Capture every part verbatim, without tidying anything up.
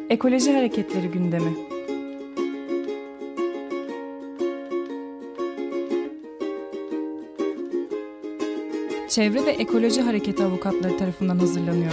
Ekoloji hareketleri gündemi. Çevre ve Ekoloji Hareketi avukatları tarafından hazırlanıyor.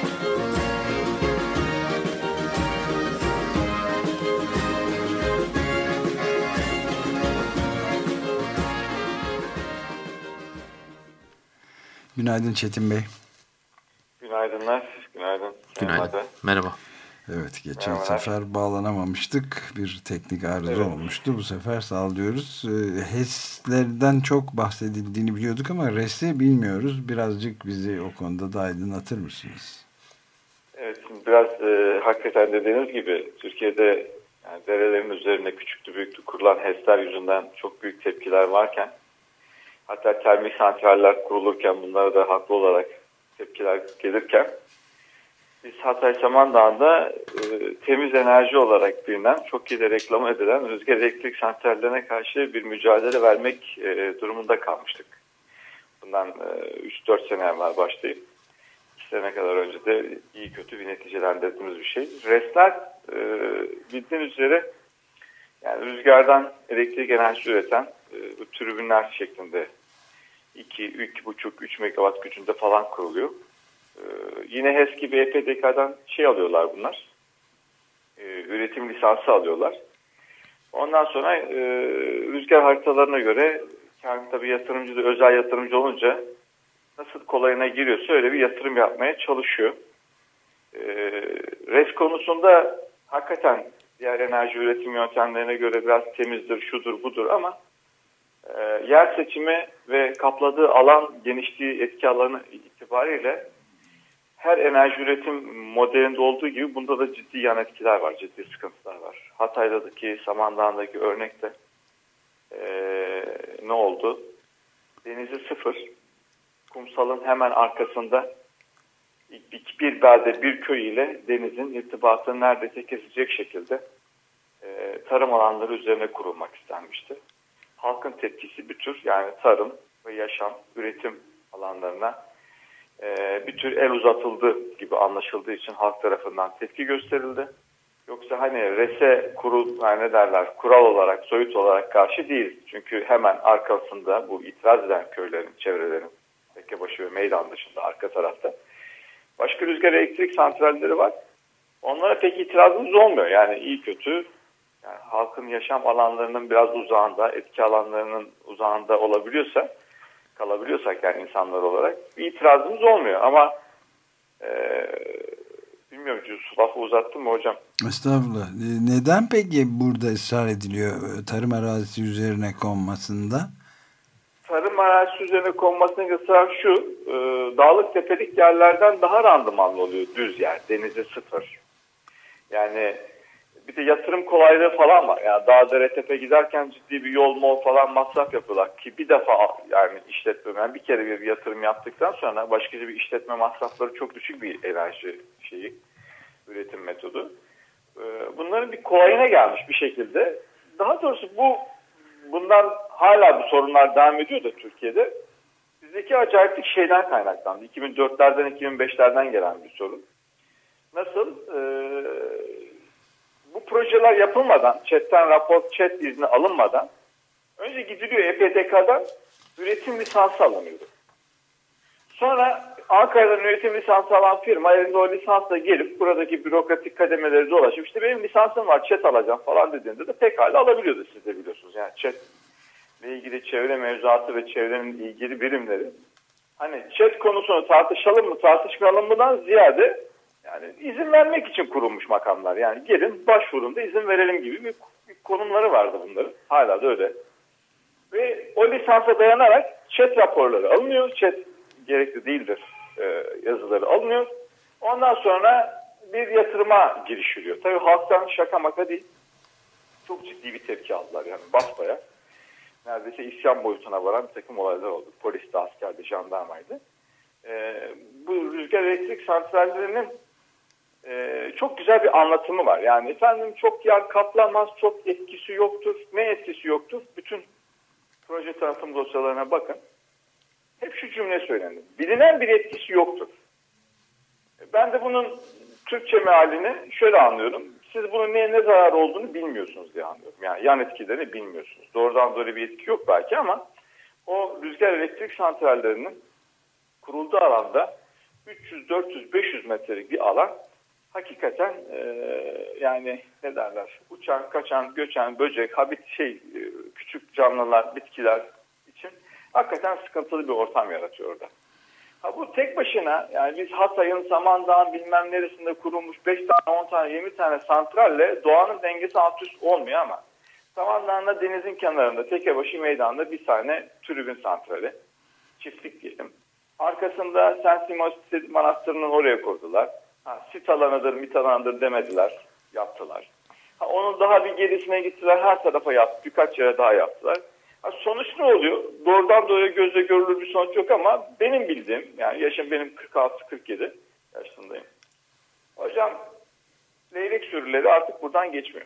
Günaydın Çetin Bey. Günaydınlar. Günaydın. Günaydın. Merhaba. Merhaba. Evet, geçen Merhabalar. sefer bağlanamamıştık. Bir teknik arıza evet. olmuştu. Bu sefer sağlıyoruz. H E S'lerden çok bahsedildiğini biliyorduk ama R E S'i bilmiyoruz. Birazcık bizi o konuda da aydınlatır mısınız? Evet, şimdi biraz e, hakikaten dediğiniz gibi Türkiye'de yani derelerin üzerine küçüklü büyüklü kurulan H E S'ler yüzünden çok büyük tepkiler varken, hatta termik santraller kurulurken bunlara da haklı olarak tepkiler gelirken, biz Hatay Samandağ'da e, temiz enerji olarak bilinen, çok iyi de reklam edilen rüzgar elektrik santrallerine karşı bir mücadele vermek e, durumunda kalmıştık. Bundan e, üç dört sene evvel başlayıp iki sene kadar önce de iyi kötü bir neticelendirdiğimiz bir şey. R E S'ler e, bildiğiniz üzere yani rüzgardan elektrik enerjisi üreten e, bu türbinler şeklinde iki iki buçuk üç megawatt gücünde falan kuruluyor. Ee, yine H E S gibi E P D K'dan şey alıyorlar bunlar. Ee, üretim lisansı alıyorlar. Ondan sonra e, rüzgar haritalarına göre yani tabii yatırımcı da özel yatırımcı olunca nasıl kolayına giriyorsa öyle bir yatırım yapmaya çalışıyor. Ee, R E S konusunda hakikaten diğer enerji üretim yöntemlerine göre biraz temizdir, şudur budur ama e, yer seçimi ve kapladığı alan genişliği etki alanı itibariyle her enerji üretim modelinde olduğu gibi bunda da ciddi yan etkiler var, ciddi sıkıntılar var. Hatay'daki, Samandağ'daki örnekte ee, ne oldu? Denizi sıfır, kumsalın hemen arkasında bir belde bir köy ile denizin irtibatını neredeyse kesecek şekilde e, tarım alanları üzerine kurulmak istenmişti. Halkın tepkisi bir tür yani tarım ve yaşam, üretim alanlarına bir tür el uzatıldı gibi anlaşıldığı için halk tarafından tepki gösterildi. Yoksa hani R E S'e kurul, yani ne derler, kural olarak, soyut olarak karşı değil. Çünkü hemen arkasında bu itiraz eden köylerin, çevrelerin, Tekkebaşı ve Meydan dışında arka tarafta başka rüzgar elektrik santralleri var. Onlara pek itirazımız olmuyor. Yani iyi kötü, yani halkın yaşam alanlarının biraz uzağında, etki alanlarının uzağında olabiliyorsa, kalabiliyorsak yani insanlar olarak bir itirazımız olmuyor ama e, bilmiyorum lafı uzattım mı hocam? Estağfurullah. Neden peki burada ısrar ediliyor tarım arazisi üzerine konmasında? Tarım arazisi üzerine konmasının ısrar şu, e, dağlık tepelik yerlerden daha randımanlı oluyor düz yer, denize sıfır. Yani bir de yatırım kolaylığı falan var. Yani dağ dere tepe giderken ciddi bir yol mol falan masraf yapıyorlar ki bir defa yani işletme yani bir kere bir yatırım yaptıktan sonra başka bir işletme masrafları çok düşük bir enerji şeyi üretim metodu. Bunların bir kolayına gelmiş bir şekilde. Daha doğrusu bu bundan hala bu sorunlar devam ediyor da Türkiye'de. Bizdeki acayiplik şeyden kaynaklandı. iki bin dörtlerden iki bin beşlerden gelen bir sorun. Nasıl? Ee, Bu projeler yapılmadan, ÇED'den rapor, ÇED izni alınmadan önce gidiliyor E P D K'dan üretim lisansı alınıyordu. Sonra Ankara'dan üretim lisansı alan firma elinde o lisansla gelip buradaki bürokratik kademeleri dolaşıp işte benim lisansım var ÇED alacağım falan dediğinde de pekala alabiliyordu, siz de biliyorsunuz. Yani ÇED ile ilgili çevre mevzuatı ve çevrenin ilgili birimleri hani ÇED konusunu tartışalım mı tartışmayalım mıdan ziyade yani izin vermek için kurulmuş makamlar. Yani gelin başvurun da izin verelim gibi bir, bir konumları vardı bunların. Hala da öyle. Ve o lisansa dayanarak ÇED raporları alınıyor. ÇED gerekli değildir e, yazıları alınıyor. Ondan sonra bir yatırıma girişiliyor. Tabii halktan şaka maka değil. Çok ciddi bir tepki aldılar. Yani basbaya. Neredeyse isyan boyutuna varan bir takım olaylar oldu. Polis de, askerdi, jandarmaydı. E, bu rüzgar elektrik santrallerinin Ee, çok güzel bir anlatımı var. Yani efendim çok yer kaplamaz, çok etkisi yoktur. Ne etkisi yoktur? Bütün proje tanıtım dosyalarına bakın. Hep şu cümle söylenir. Bilinen bir etkisi yoktur. Ben de bunun Türkçe mealini şöyle anlıyorum. Siz bunun neye ne zarar olduğunu bilmiyorsunuz diye anlıyorum. Yani yan etkilerini bilmiyorsunuz. Doğrudan doğru bir etki yok belki ama o rüzgar elektrik santrallerinin kurulduğu alanda üç yüz, dört yüz, beş yüz metrelik bir alan hakikaten e, yani ne derler uçan, kaçan, göçen, böcek, habit şey e, küçük canlılar, bitkiler için hakikaten sıkıntılı bir ortam yaratıyor orada. Ha bu tek başına yani biz Hatay'ın Samandağ'ın bilmem neresinde kurulmuş beş tane, on tane, yirmi tane santralle doğanın dengesi alt üst olmuyor ama Samandağ'da denizin kenarında Tekebaşı meydanda bir tane tribün santrali, çiftlik diyelim. Arkasında Saint Simon Manastırı'nın oraya kurdular. Ha, sit alanıdır, mit alanıdır demediler, yaptılar. Ha, onun daha bir gerisine gittiler, her tarafa yaptı, birkaç yere daha yaptılar. Ha, sonuç ne oluyor? Doğrudan doğruya gözle görülür bir sonuç yok ama benim bildiğim, yani yaşım benim kırk altı kırk yedi yaşındayım. Hocam, leylek sürüleri artık buradan geçmiyor.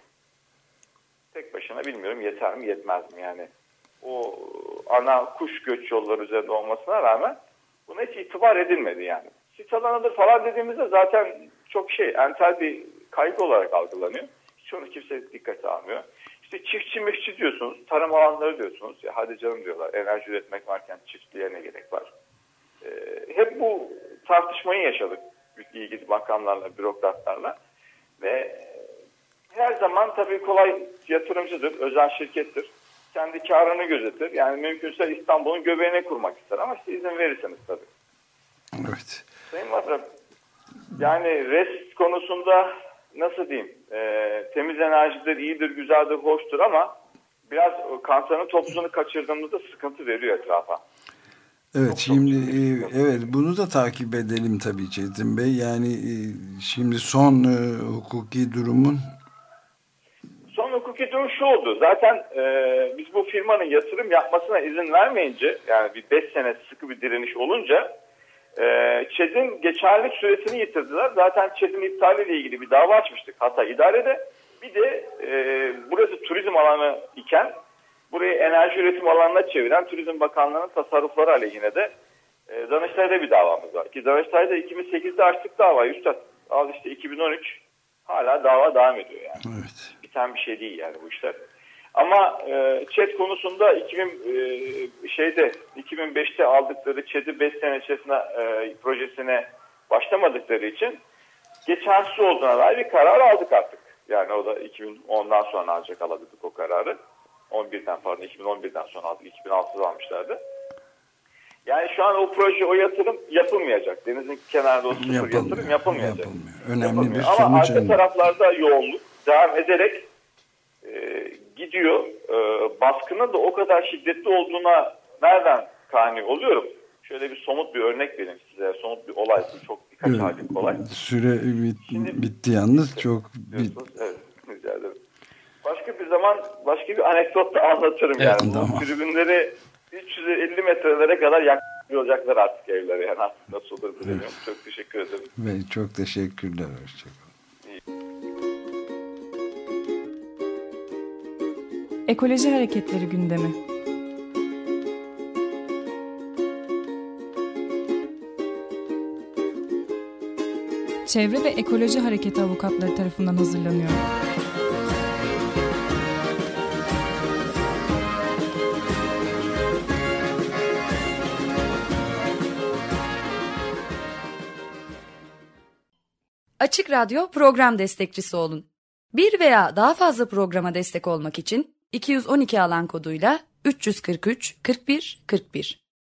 Tek başına bilmiyorum yeter mi yetmez mi yani. O ana kuş göç yolları üzerinde olmasına rağmen buna hiç itibar edilmedi yani. Sit alanıdır falan dediğimizde zaten çok şey, entel bir kaygı olarak algılanıyor. Hiç onu kimse dikkate almıyor. İşte çiftçi mifçi diyorsunuz, tarım alanları diyorsunuz. Ya hadi canım diyorlar, enerji üretmek varken çiftliğe ne gerek var? Ee, hep bu tartışmayı yaşadık ilgili bakanlarla, bürokratlarla. Ve her zaman tabii kolay yatırımcıdır, özel şirkettir. Kendi karını gözetir. Yani mümkünse İstanbul'un göbeğine kurmak ister ama işte izin verirseniz tabii. Evet. Sayın Vatrap, yani rest konusunda nasıl diyeyim, e, temiz enerjidir, iyidir, güzeldir, hoştur ama biraz kantarın topuzunu kaçırdığımızda sıkıntı veriyor etrafa. Evet, çok, şimdi çok e, evet bunu da takip edelim tabii Çetin Bey. Yani e, şimdi son e, hukuki durumun Son hukuki durum şu oldu. Zaten e, biz bu firmanın yatırım yapmasına izin vermeyince, yani bir beş sene sıkı bir direniş olunca e, ÇED'in geçerlilik süresini yitirdiler. Zaten ÇED'in iptaliyle ilgili bir dava açmıştık Hatay İdare'de. Bir de e, burası turizm alanı iken burayı enerji üretim alanına çeviren Turizm Bakanlığı'nın tasarrufları aleyhine de e, Danıştay'da bir davamız var. Ki Danıştay'da iki bin sekizde açtık davayı. Üstad al işte iki bin on üç hala dava devam ediyor yani. evet. Biten bir şey değil yani bu işler. Ama e, ÇED konusunda iki bin e, şeyde iki bin beşte aldıkları ÇED'i beş sene içerisinde e, projesine başlamadıkları için geçersiz olduğuna dair bir karar aldık artık. Yani o da iki bin ondan sonra ancak alabildik o kararı. on birden pardon iki bin on birden sonra aldık. iki bin altıda almışlardı. Yani şu an o proje, o yatırım yapılmayacak. Denizin kenarında o sıfır Yapılmıyor, yatırım yapılmayacak. Yapılmıyor. Önemli Yapılmıyor. bir sonuç. Ama arka taraflarda yoğunluk devam ederek e, gidiyor. E, baskının da o kadar şiddetli olduğuna nereden kani oluyorum? Şöyle bir somut bir örnek vereyim size. Somut bir olay. Çok birkaç evet. aylık olay. Süre bit, Şimdi, bitti yalnız. Çok bit... Evet. Rica ederim. Başka bir zaman başka bir anekdot da anlatırım evet, yani. Tamam. Bu tribünleri üç yüz elli metrelere kadar yaklaşacaklar artık evlere. Yani artık nasıl olur bilmiyorum. Evet. Çok teşekkür ederim. Ve çok teşekkürler. Hoşçakalın. Ekoloji Hareketleri gündemi. Çevre ve Ekoloji Hareketi avukatları tarafından hazırlanıyor. Açık Radyo program destekçisi olun. Bir veya daha fazla programa destek olmak için iki yüz on iki alan koduyla üç yüz kırk üç kırk bir kırk bir